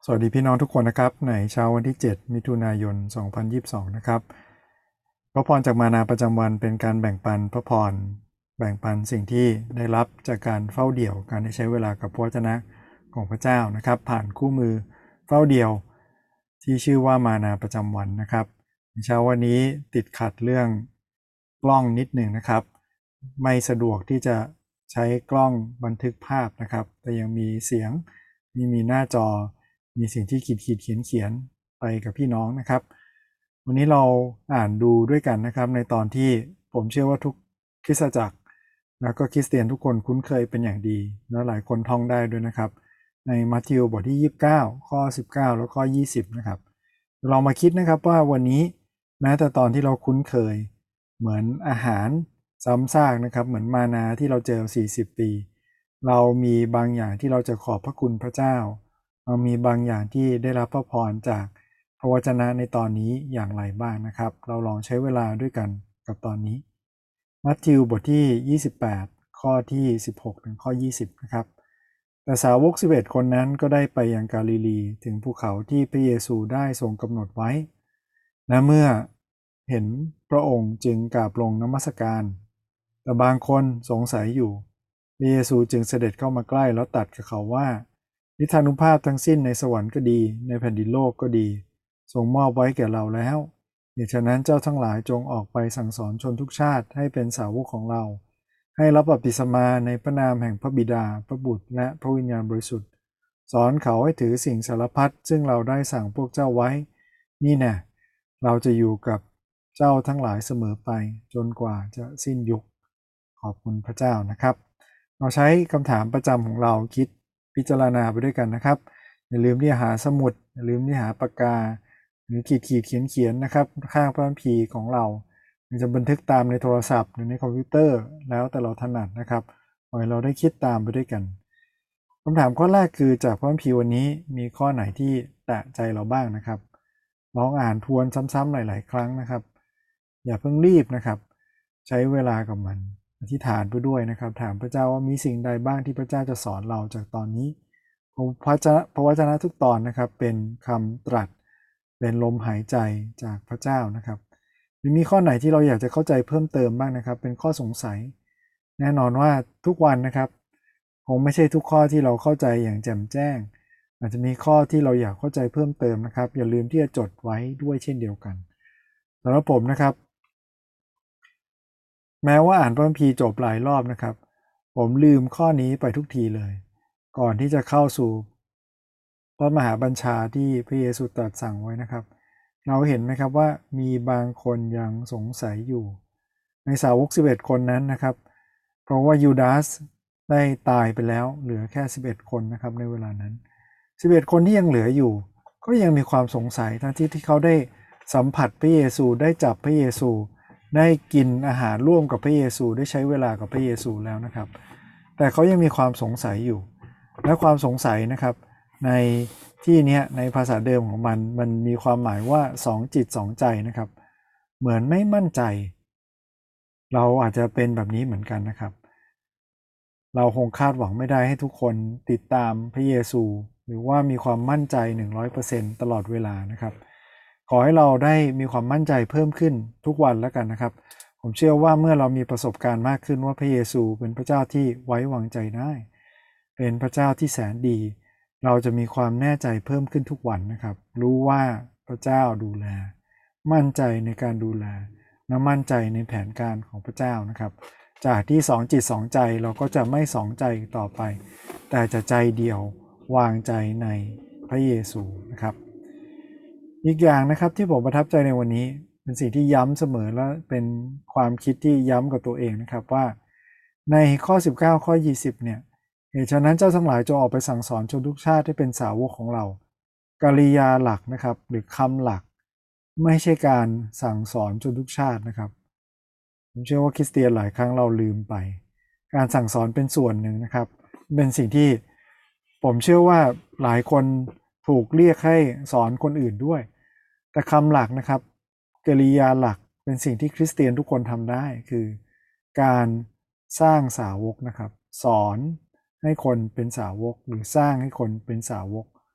สวัสดีพี่น้องทุกคนนะครับในเช้าวันที่7มิถุนายน2022นะครับพระพรจากมานาประจำวันเป็นการแบ่งปันพระพรแบ่งปันสิ่งที่ได้รับจากการเฝ้าเดี่ยวการได้ใช้เวลากับพระวจนะของพระเจ้านะครับผ่านคู่มือเฝ้าเดี่ยวที่ชื่อว่ามานาประจำวันนะครับในเช้าวันนี้ติดขัดเรื่องกล้องนิดหนึ่งนะครับไม่สะดวกที่จะใช้กล้องบันทึกภาพนะครับแต่ยังมีเสียงมีหน้าจอมีสิ่งที่เขียนไปกับพี่น้องนะครับวันนี้เราอ่านดูด้วยกันนะครับในตอนที่ผมเชื่อว่าทุกคริสตจักรแล้วก็คริสเตียนทุกคนคุ้นเคยเป็นอย่างดีและหลายคนท่องได้ด้วยนะครับในมัทธิวบทที่29ข้อ19แล้วก็20นะครับเรามาคิดนะครับว่าวันนี้แม้แต่ตอนที่เราคุ้นเคยเหมือนอาหารซ้ำซากนะครับเหมือนมานาที่เราเจอ40ปีเรามีบางอย่างที่เราจะขอบพระคุณพระเจ้าเรามีบางอย่างที่ได้รับพระพรจากพระวจนะในตอนนี้อย่างไรบ้างนะครับเราลองใช้เวลาด้วยกันกับตอนนี้มัทธิวบทที่28ข้อที่16ถึงข้อ20นะครับแต่สาวก11คนนั้นก็ได้ไปยังกาลิลีถึงภูเขาที่พระเยซูได้ทรงกำหนดไว้และเมื่อเห็นพระองค์จึงกราบลงนมัสการแต่บางคนสงสัยอยู่พระเยซูจึงเสด็จเข้ามาใกล้แล้วตรัสกับเขาว่านิทานุภาพทั้งสิ้นในสวรรค์ก็ดีในแผ่นดินโลกก็ดีทรงมอบไว้แก่เราแล้วเหตุฉะนั้นเจ้าทั้งหลายจงออกไปสั่งสอนชนทุกชาติให้เป็นสาวกของเราให้รับบัพติศมาในพระนามแห่งพระบิดาพระบุตรและพระวิญญาณบริสุทธิ์สอนเขาให้ถือสิ่งสารพัดซึ่งเราได้สั่งพวกเจ้าไว้นี่แน่เราจะอยู่กับเจ้าทั้งหลายเสมอไปจนกว่าจะสิ้นยุคขอบคุณพระเจ้านะครับเราใช้คำถามประจำของเราคิดพิจารณาไปด้วยกันนะครับอย่าลืมที่หาสมุดอย่าลืมที่หาปากกาหรือขีดนะครับข้างพระคัมภีร์ของเราจะบันทึกตามในโทรศัพท์หรือในคอมพิวเตอร์แล้วแต่เราถนัดนะครับขอให้เราได้คิดตามไปด้วยกันคำถามข้อแรกคือจากพระคัมภีร์วันนี้มีข้อไหนที่แตะใจเราบ้างนะครับลองอ่านทวนซ้ำๆหลายๆครั้งนะครับอย่าเพิ่งรีบนะครับใช้เวลากับมันอธิษฐานไปด้วยนะครับถามพระเจ้าว่ามีสิ่งใดบ้างที่พระเจ้าจะสอนเราจากตอนนี้พระวจนะทุกตอนนะครับเป็นคำตรัสเป็นลมหายใจจากพระเจ้านะครับมีข้อไหนที่เราอยากจะเข้าใจเพิ่มเติมบ้างนะครับเป็นข้อสงสัยแน่นอนว่าทุกวันนะครับคงไม่ใช่ทุกข้อที่เราเข้าใจอย่างแจ่มแจ้งอาจจะมีข้อที่เราอยากเข้าใจเพิ่มเติมนะครับอย่าลืมที่จะจดไว้ด้วยเช่นเดียวกันสำหรับผมนะครับแม้ว่าอ่านพระคัมภีร์จบหลายรอบนะครับผมลืมข้อนี้ไปทุกทีเลยก่อนที่จะเข้าสู่พระมหาบัญชาที่พระเยซูตรัสสั่งไว้นะครับเราเห็นไหมครับว่ามีบางคนยังสงสัยอยู่ในสาวก11คนนั้นนะครับเพราะว่ายูดาสได้ตายไปแล้วเหลือแค่11คนนะครับในเวลานั้น11คนที่ยังเหลืออยู่ก็ยังมีความสงสัยทั้งที่เขาได้สัมผัสพระเยซูได้จับพระเยซูได้กินอาหารร่วมกับพระเยซูได้ใช้เวลากับพระเยซูแล้วนะครับแต่เขายังมีความสงสัยอยู่และความสงสัยนะครับในที่นี้ในภาษาเดิมของมันมีความหมายว่าสองจิตสองใจนะครับเหมือนไม่มั่นใจเราอาจจะเป็นแบบนี้เหมือนกันนะครับเราคงคาดหวังไม่ได้ให้ทุกคนติดตามพระเยซูหรือว่ามีความมั่นใจ 100% ตลอดเวลานะครับขอให้เราได้มีความมั่นใจเพิ่มขึ้นทุกวันแล้วกันนะครับผมเชื่อว่าเมื่อเรามีประสบการณ์มากขึ้นว่าพระเยซูเป็นพระเจ้าที่ไว้วางใจได้เป็นพระเจ้าที่แสนดีเราจะมีความแน่ใจเพิ่มขึ้นทุกวันนะครับรู้ว่าพระเจ้าดูแลมั่นใจในการดูแลและมั่นใจในแผนการของพระเจ้านะครับจากที่สองจิตสองใจเราก็จะไม่สองใจต่อไปแต่จะใจเดียววางใจในพระเยซูนะครับอีกอย่างนะครับที่ผมประทับใจในวันนี้เป็นสิ่งที่ย้ำเสมอและเป็นความคิดที่ย้ำกับตัวเองนะครับว่าในข้อ19ข้อ20เนี่ยเหตุฉะนั้นเจ้าทั้งหลายจงออกไปสั่งสอนชนทุกชาติให้เป็นสาวกของเรากริยาหลักนะครับหรือคำหลักไม่ใช่การสั่งสอนชนทุกชาตินะครับผมเชื่อว่าคริสเตียนหลายครั้งเราลืมไปการสั่งสอนเป็นส่วนหนึ่งนะครับเป็นสิ่งที่ผมเชื่อว่าหลายคนถูกเรียกให้สอนคนอื่นด้วยแต่คำหลักนะครับกริยาหลักเป็นสิ่งที่คริสเตียนทุกคนทำได้คือการสร้างสาวกนะครับสอนให้คนเป็นสาวกหรือสร้างให้คนเป็นสาวก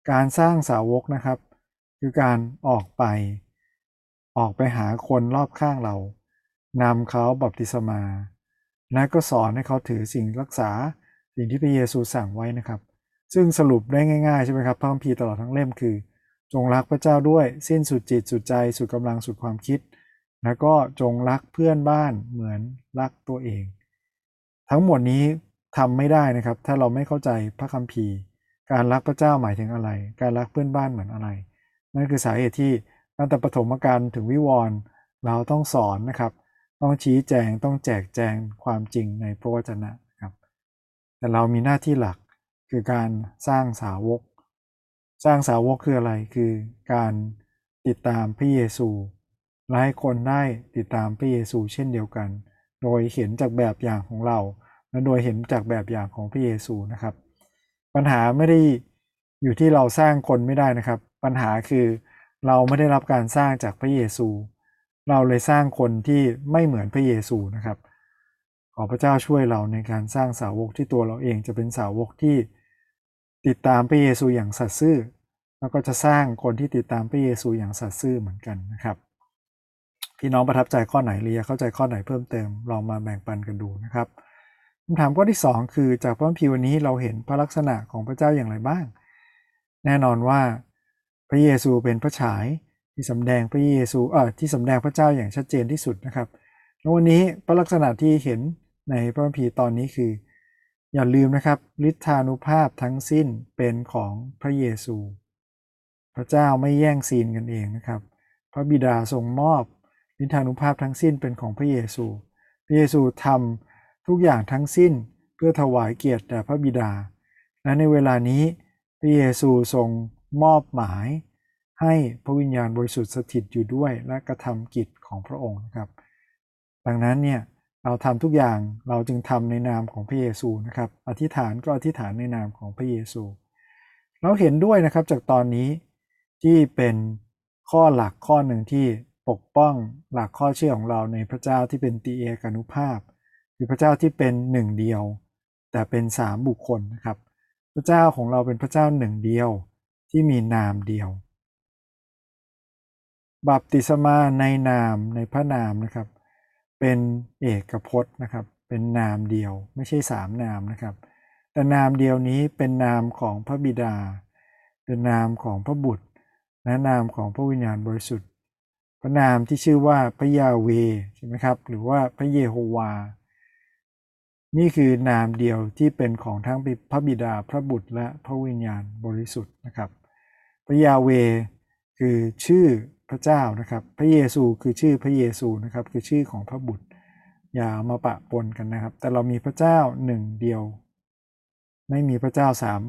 การสร้างสาวกนะครับคือการออกไปหาคนรอบข้างเรานำเขาบัพติศมาและก็สอนให้เขาถือสิ่งรักษาสิ่งที่พระเยซูสั่งไว้นะครับซึ่งสรุปได้ง่ายๆใช่ไหมครับพระคัมภีร์ตลอดทั้งเล่มคือจงรักพระเจ้าด้วยสิ้นสุดจิตสุดใจสุดกำลังสุดความคิดแล้วก็จงรักเพื่อนบ้านเหมือนรักตัวเองทั้งหมดนี้ทำไม่ได้นะครับถ้าเราไม่เข้าใจพระคัมภีร์การรักพระเจ้าหมายถึงอะไรการรักเพื่อนบ้านเหมือนอะไรนั่นคือสาเหตุที่ตั้งแต่ปฐมกาลถึงวิวรณ์เราต้องสอนนะครับต้องชี้แจงต้องแจกแจงความจริงในพระวจนะครับแต่เรามีหน้าที่หลักคือการสร้างสาวกคืออะไรคือการติดตามพระเยซูและให้คนได้ติดตามพระเยซูเช่นเดียวกันโดยเห็นจากแบบอย่างของเราและโดยเห็นจากแบบอย่างของพระเยซูนะครับปัญหาไม่ได้อยู่ที่เราสร้างคนไม่ได้นะครับปัญหาคือเราไม่ได้รับการสร้างจากพระเยซูเราเลยสร้างคนที่ไม่เหมือนพระเยซูนะครับขอพระเจ้าช่วยเราในการสร้างสาวกที่ตัวเราเองจะเป็นสาวกที่ติดตามพระเยซูอย่างสัตย์ซื่อแล้วก็จะสร้างคนที่ติดตามพระเยซูอย่างสัตย์ซื่อเหมือนกันนะครับพี่น้องประทับใจข้อไหนหรืออยากเข้าใจข้อไหนเพิ่มเติมลองมาแบ่งปันกันดูนะครับคำถามข้อที่2คือจากพระคัมภีร์วันนี้เราเห็นพระลักษณะของพระเจ้าอย่างไรบ้างแน่นอนว่าพระเยซูเป็นพระฉายที่สำแดงพระเยซูที่สำแดงพระเจ้าอย่างชัดเจนที่สุดนะครับแล้ววันนี้พระลักษณะที่เห็นในพระคัมภีร์ตอนนี้คืออย่าลืมนะครับฤทธานุภาพทั้งสิ้นเป็นของพระเยซูพระเจ้าไม่แย่งซีนกันเองนะครับพระบิดาทรงมอบฤทธานุภาพทั้งสิ้นเป็นของพระเยซูพระเยซูทำทุกอย่างทั้งสิ้นเพื่อถวายเกียรติแด่พระบิดาและในเวลานี้พระเยซูทรงมอบหมายให้พระวิญญาณบริสุทธิ์สถิตอยู่ด้วยและกระทำกิจของพระองค์นะครับดังนั้นเนี่ยเราทำทุกอย่างเราจึงทำในนามของพระเยซูนะครับอธิษฐานก็อธิษฐานในนามของพระเยซูเราเห็นด้วยนะครับจากตอนนี้ที่เป็นข้อหลักข้อหนึ่งที่ปกป้องหลักข้อเชื่อของเราในพระเจ้าที่เป็นตรีเอกานุภาพคือพระเจ้าที่เป็นหนึ่งเดียวแต่เป็น3บุคคลนะครับพระเจ้าของเราเป็นพระเจ้าหนึ่งเดียวที่มีนามเดียวบัพติศมาในพระนามนะครับเป็นเอกพจน์นะครับเป็นนามเดียวไม่ใช่3นามนะครับแต่นามเดียวนี้เป็นนามของพระบิดาเป็นนามของพระบุตรและนามของพระวิญญาณบริสุทธิ์พระนามที่ชื่อว่าพระยาเวใช่ไหมครับหรือว่าพระเยโฮวานี่คือนามเดียวที่เป็นของทั้งพระบิดาพระบุตรและพระวิญญาณบริสุทธิ์นะครับพระยาเวคือชื่อพระเจ้านะครับพระเยซูคือชื่อพระเยซูนะครับคือชื่อของพระบุตรอย่ามาปะปนกันนะครับแต่เรามีพระเจ้าหนึ่งเดียวไม่มีพระเจ้า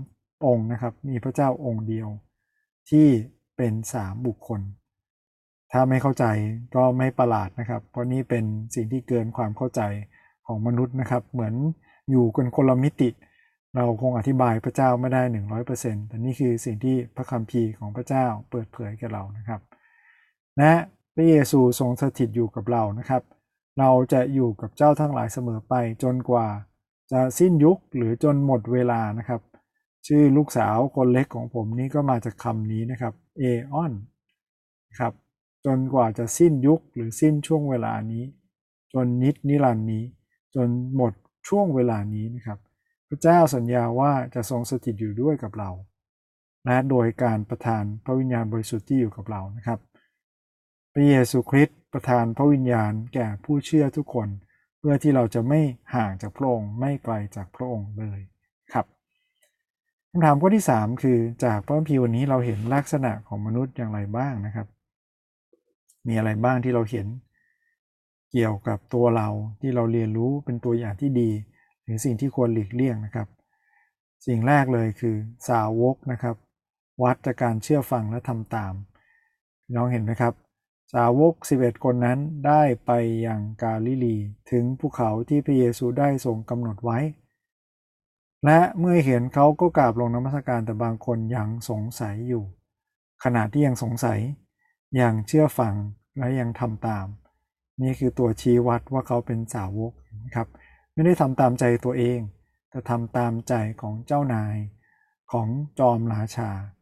3องค์นะครับมีพระเจ้าองค์เดียวที่เป็น3บุคคลถ้าไม่เข้าใจก็ไม่ประหลาดนะครับเพราะนี่เป็นสิ่งที่เกินความเข้าใจของมนุษย์นะครับเหมือนอยู่กันคนละมิติเราคงอธิบายพระเจ้าไม่ได้ 100% แต่นี่คือสิ่งที่พระคัมภีร์ของพระเจ้าเปิดเผยแก่เรานะครับและพระเยซูทรงสถิตอยู่กับเรานะครับเราจะอยู่กับเจ้าทั้งหลายเสมอไปจนกว่าจะสิ้นยุคหรือจนหมดเวลานะครับชื่อลูกสาวคนเล็กของผมนี่ก็มาจากคำนี้นะครับเอออนครับจนกว่าจะสิ้นยุคหรือสิ้นช่วงเวลานี้จนนิรันดร์นี้จนหมดช่วงเวลานี้นะครับพระเจ้าสัญญาว่าจะทรงสถิตอยู่ด้วยกับเราและโดยการประทานพระวิญญาณบริสุทธิ์ที่อยู่กับเรานะครับพระเยซูคริสต์ประทานพระวิญญาณแก่ผู้เชื่อทุกคนเพื่อที่เราจะไม่ห่างจากพระองค์ไม่ไกลจากพระองค์เลยครับคำถามข้อที่3คือจากพระคัมภีร์วันนี้เราเห็นลักษณะของมนุษย์อย่างไรบ้างนะครับมีอะไรบ้างที่เราเห็นเกี่ยวกับตัวเราที่เราเรียนรู้เป็นตัวอย่างที่ดีถึงสิ่งที่ควรหลีกเลี่ยงนะครับสิ่งแรกเลยคือสาวกนะครับวัดจากการเชื่อฟังและทำตามน้องเห็นไหมครับสาวก11คนนั้นได้ไปยังกาลิลีถึงภูเขาที่พระเยซูได้ทรงกำหนดไว้และเมื่อเห็นเขาก็กราบลงนมัสการแต่บางคนยังสงสัยอยู่ขณะที่ยังสงสัยยังเชื่อฟังและยังทำตามนี่คือตัวชี้วัดว่าเขาเป็นสาวกนะครับไม่ได้ทำตามใจตัวเองแต่ทำตามใจของเจ้านายของจอมราชา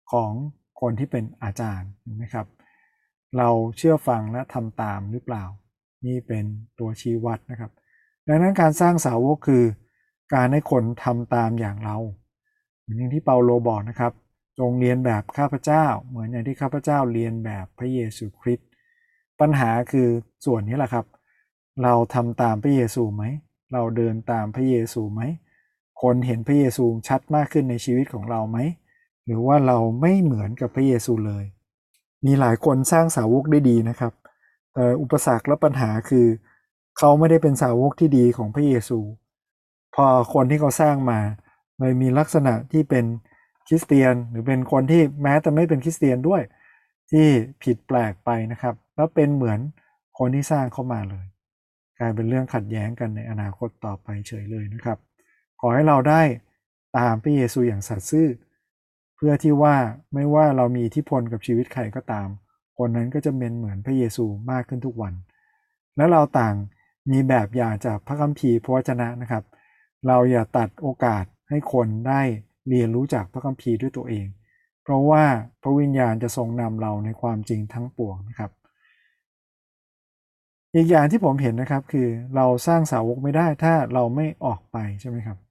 ของคนที่เป็นอาจารย์นะครับเราเชื่อฟังและทำตามหรือเปล่านี่เป็นตัวชี้วัดนะครับดังนั้นการสร้างสาวกคือการให้คนทำตามอย่างเราเหมือนอย่างที่เปาโลบอกนะครับจงเรียนแบบข้าพเจ้าเหมือนอย่างที่ข้าพเจ้าเรียนแบบพระเยซูคริสต์ปัญหาคือส่วนนี้แหละครับเราทำตามพระเยซูไหมเราเดินตามพระเยซูไหมคนเห็นพระเยซูชัดมากขึ้นในชีวิตของเราไหมหรือว่าเราไม่เหมือนกับพระเยซูเลยมีหลายคนสร้างสาวกได้ดีนะครับแต่อุปสรรคและปัญหาคือเขาไม่ได้เป็นสาวกที่ดีของพระเยซูพอคนที่เขาสร้างมาเลยมีลักษณะที่เป็นคริสเตียนหรือเป็นคนที่แม้แต่ไม่เป็นคริสเตียนด้วยที่ผิดแปลกไปนะครับแล้วเป็นเหมือนคนที่สร้างเข้ามาเลยกลายเป็นเรื่องขัดแย้งกันในอนาคตต่อไปเฉยเลยนะครับขอให้เราได้ตามพระเยซูอย่างสัตย์ซื่อเพื่อที่ว่าไม่ว่าเรามีอิทธิพลกับชีวิตใครก็ตามคนนั้นก็จะเป็นเหมือนพระเยซูมากขึ้นทุกวันและเราต่างมีแบบอย่างจากพระคัมภีร์พระวจนะนะครับเราอย่าตัดโอกาสให้คนได้เรียนรู้จากพระคัมภีร์ด้วยตัวเองเพราะว่าพระวิญญาณจะทรงนำเราในความจริงทั้งปวงนะครับอีกอย่างที่ผมเห็นนะครับคือเราสร้างสาวกไม่ได้ถ้าเราไม่ออกไปใช่ไหมครับ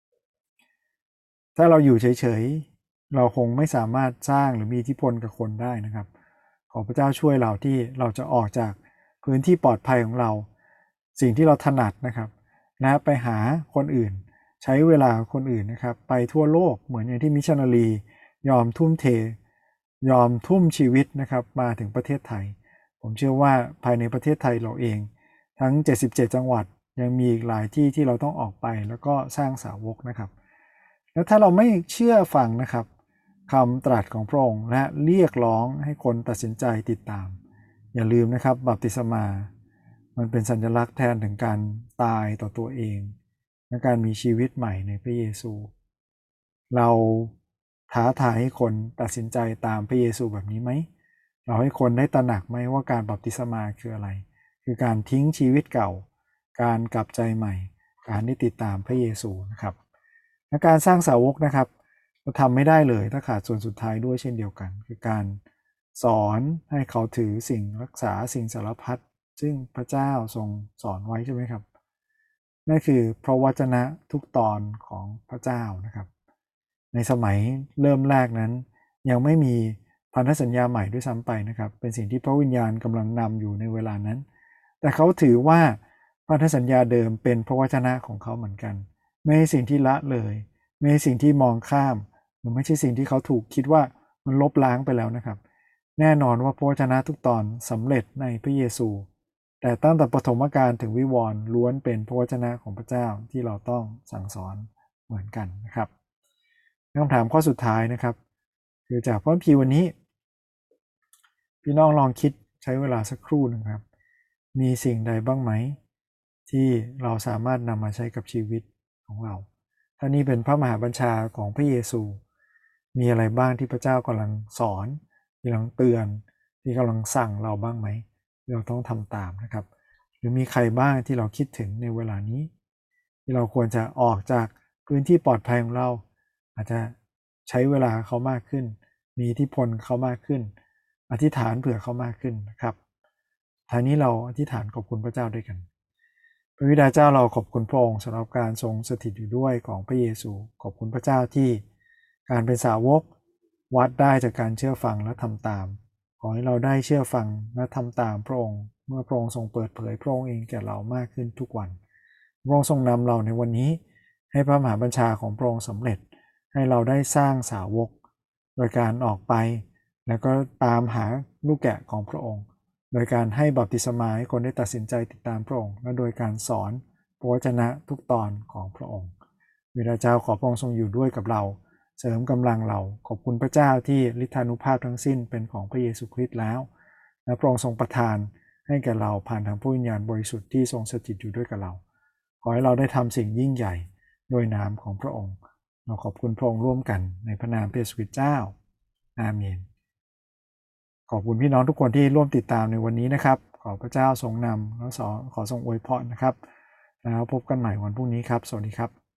ถ้าเราอยู่เฉยๆเราคงไม่สามารถสร้างหรือมีอิทธิพลกับคนได้นะครับขอพระเจ้าช่วยเราที่เราจะออกจากพื้นที่ปลอดภัยของเราสิ่งที่เราถนัดนะครับและไปหาคนอื่นใช้เวลาคนอื่นนะครับไปทั่วโลกเหมือนอย่างที่มิชชันนารียอมทุ่มเทยอมทุ่มชีวิตนะครับมาถึงประเทศไทยผมเชื่อว่าภายในประเทศไทยเราเองทั้ง77จังหวัดยังมีอีกหลายที่ที่เราต้องออกไปแล้วก็สร้างสาวกนะครับแล้วถ้าเราไม่เชื่อฟังนะครับคำตรัสของพระองค์และเรียกร้องให้คนตัดสินใจติดตามอย่าลืมนะครับบัพติศมามันเป็นสัญลักษณ์แทนถึงการตายต่อตัวเองและการมีชีวิตใหม่ในพระเยซูเราท้าทายให้คนตัดสินใจตามพระเยซูแบบนี้ไหมเราให้คนได้ตระหนักไหมว่าการบัพติศมาคืออะไรคือการทิ้งชีวิตเก่าการกลับใจใหม่การที่ติดตามพระเยซูนะครับและการสร้างสาวกนะครับเราทำไม่ได้เลยถ้าขาดส่วนสุดท้ายด้วยเช่นเดียวกันคือการสอนให้เขาถือสิ่งรักษาสิ่งสารพัดซึ่งพระเจ้าทรงสอนไว้ใช่ไหมครับนั่นคือพระวจนะทุกตอนของพระเจ้านะครับในสมัยเริ่มแรกนั้นยังไม่มีพันธสัญญาใหม่ด้วยซ้ำไปนะครับเป็นสิ่งที่พระวิญญาณกำลังนำอยู่ในเวลานั้นแต่เขาถือว่าพันธสัญญาเดิมเป็นพระวจนะของเขาเหมือนกันไม่ใช่สิ่งที่ละเลยไม่ใช่สิ่งที่มองข้ามหรือไม่ใช่สิ่งที่เขาถูกคิดว่ามันลบล้างไปแล้วนะครับแน่นอนว่าพระวจนะทุกตอนสำเร็จในพระเยซูแต่ตั้งแต่ปฐมกาลถึงวิวรณ์ล้วนเป็นพระวจนะของพระเจ้าที่เราต้องสั่งสอนเหมือนกันนะครับคำถามข้อสุดท้ายนะครับคือจากพระคัมภีร์วันนี้พี่น้องลองคิดใช้เวลาสักครู่นึงครับมีสิ่งใดบ้างไหมที่เราสามารถนำมาใช้กับชีวิตของเราถ้านี่เป็นพระมหาบัญชาของพระเยซูมีอะไรบ้างที่พระเจ้ากำลังสอนที่กำลังเตือนที่กำลังสั่งเราบ้างไหมเราต้องทำตามนะครับหรือมีใครบ้างที่เราคิดถึงในเวลานี้ที่เราควรจะออกจากพื้นที่ปลอดภัยของเราอาจจะใช้เวลาเขามากขึ้นมีอิทธิพลเขามากขึ้นอธิษฐานเผื่อเขามากขึ้นนะครับท้ายนี้เราอธิษฐานขอบคุณพระเจ้าด้วยกันพระบิดาเจ้าเราขอบคุณพระองค์สำหรับการทรงสถิตอยู่ด้วยของพระเยซูขอบคุณพระเจ้าที่การเป็นสาวกวัดได้จากการเชื่อฟังและทำตามขอให้เราได้เชื่อฟังและทำตามพระองค์เมื่อพระองค์ทรงเปิดเผยพระองค์เองแก่เรามากขึ้นทุกวันพระองค์ทรงนำเราในวันนี้ให้พระมหาบัญชาของพระองค์สำเร็จให้เราได้สร้างสาวกโดยการออกไปแล้วก็ตามหาลูกแกะของพระองค์โดยการให้บัพติศมาให้คนได้ตัดสินใจติดตามพระองค์และโดยการสอนพระวจนะทุกตอนของพระองค์บิดาเจ้าขอพระองค์ทรงอยู่ด้วยกับเราเสริมกำลังเราขอบคุณพระเจ้าที่ฤทธานุภาพทั้งสิ้นเป็นของพระเยซูคริสต์แล้วและพระองค์ทรงประทานให้แก่เราผ่านทางพระวิญญาณบริสุทธิ์ที่ทรงสถิตอยู่ด้วยกับเราขอให้เราได้ทำสิ่งยิ่งใหญ่โดยนามของพระองค์เราขอบคุณพระองค์ร่วมกันในพระนามพระเยซูคริสต์เจ้าอาเมนขอบคุณพี่น้องทุกคนที่ร่วมติดตามในวันนี้นะครับขอพระเจ้าทรงนำและขอทรงอวยพรนะครับแล้วพบกันใหม่วันพรุ่งนี้ครับสวัสดีครับ